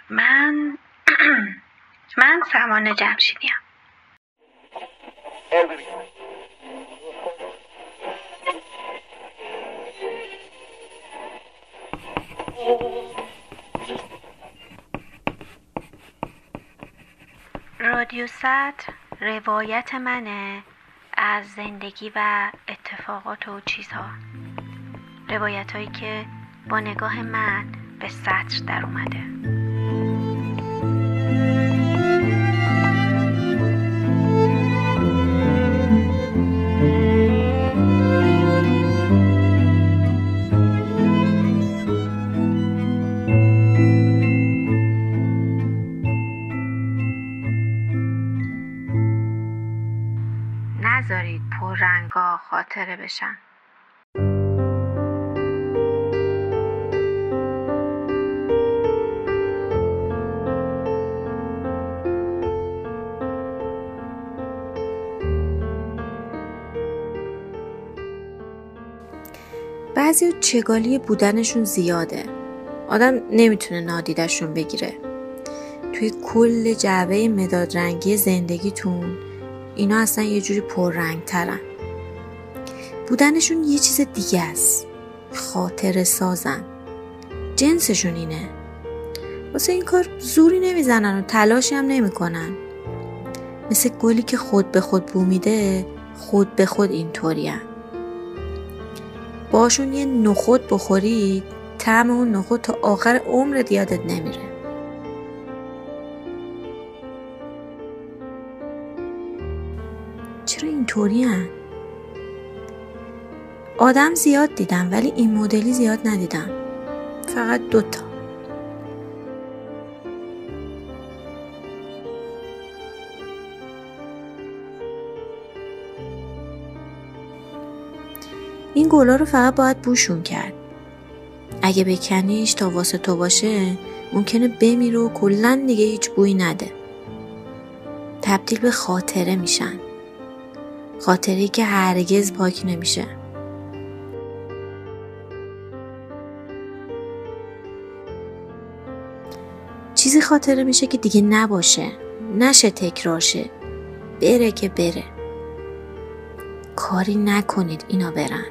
من سمانه جمشیدیم. رادیو سطر روایت منه از زندگی و اتفاقات و چیزها، روایت هایی که با نگاه من به سطر در اومده. نذارید پررنگا خاطره بشن. بعضی چگالی بودنشون زیاده، آدم نمیتونه نادیدشون بگیره. توی کل جعبه مداد رنگی زندگیتون اینا اصلا یه جوری پررنگ ترن. بودنشون یه چیز دیگه است، خاطره سازن، جنسشون اینه. واسه این کار زوری نمیزنن و تلاشی هم نمیکنن. مثل گلی که خود به خود بو میده، خود به خود اینطورین. باشون یه نخود بخوری، طعم اون نخود تا آخر عمرت یادت نمیره. چرا اینطورین؟ آدم زیاد دیدم ولی این مدلی زیاد ندیدم، فقط 2 تا. این گلا رو فقط باید بوشون کرد. اگه بکنیش تا واسه تو باشه ممکنه بمیره و کلن دیگه هیچ بویی نده. تبدیل به خاطره میشن، خاطره‌ای که هرگز پاک نمیشه. چیزی خاطره میشه که دیگه نباشه، نشه تکرار شه، بره که بره. کاری نکنید اینا برن.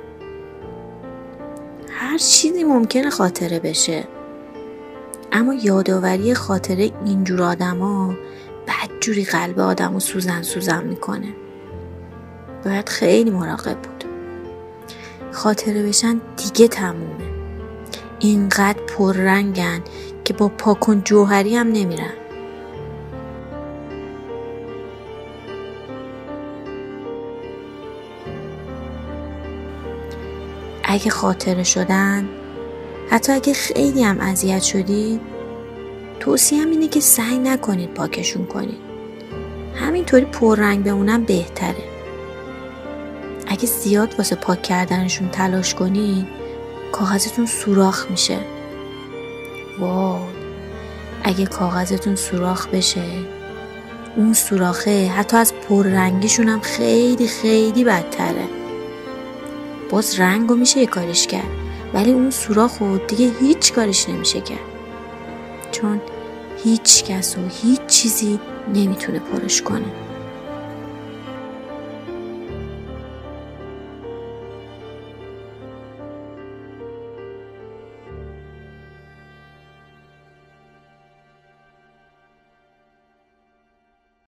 هر چیزی ممکنه خاطره بشه، اما یادآوری خاطره اینجور آدما بدجوری قلب آدمو سوزن میکنه. باید خیلی مراقب بود. خاطره بشن دیگه تمومه. اینقدر پررنگن که با پاکن جوهری هم نمیرن. اگه خاطره شدن، حتی اگه خیلی هم اذیت شدید، توصیه‌ام اینه که سعی نکنید پاکشون کنید. همینطوری پررنگ بمونن بهتره. اگه زیاد واسه پاک کردنشون تلاش کنید، کاغذتون سوراخ میشه. وای، اگه کاغذتون سوراخ بشه، اون سوراخه حتی از پررنگیشون هم خیلی خیلی بدتره. باز رنگو میشه یه کارش کرد، ولی اون سوراخو دیگه هیچ کارش نمیشه کرد، چون هیچ کس و هیچ چیزی نمیتونه پرش کنه.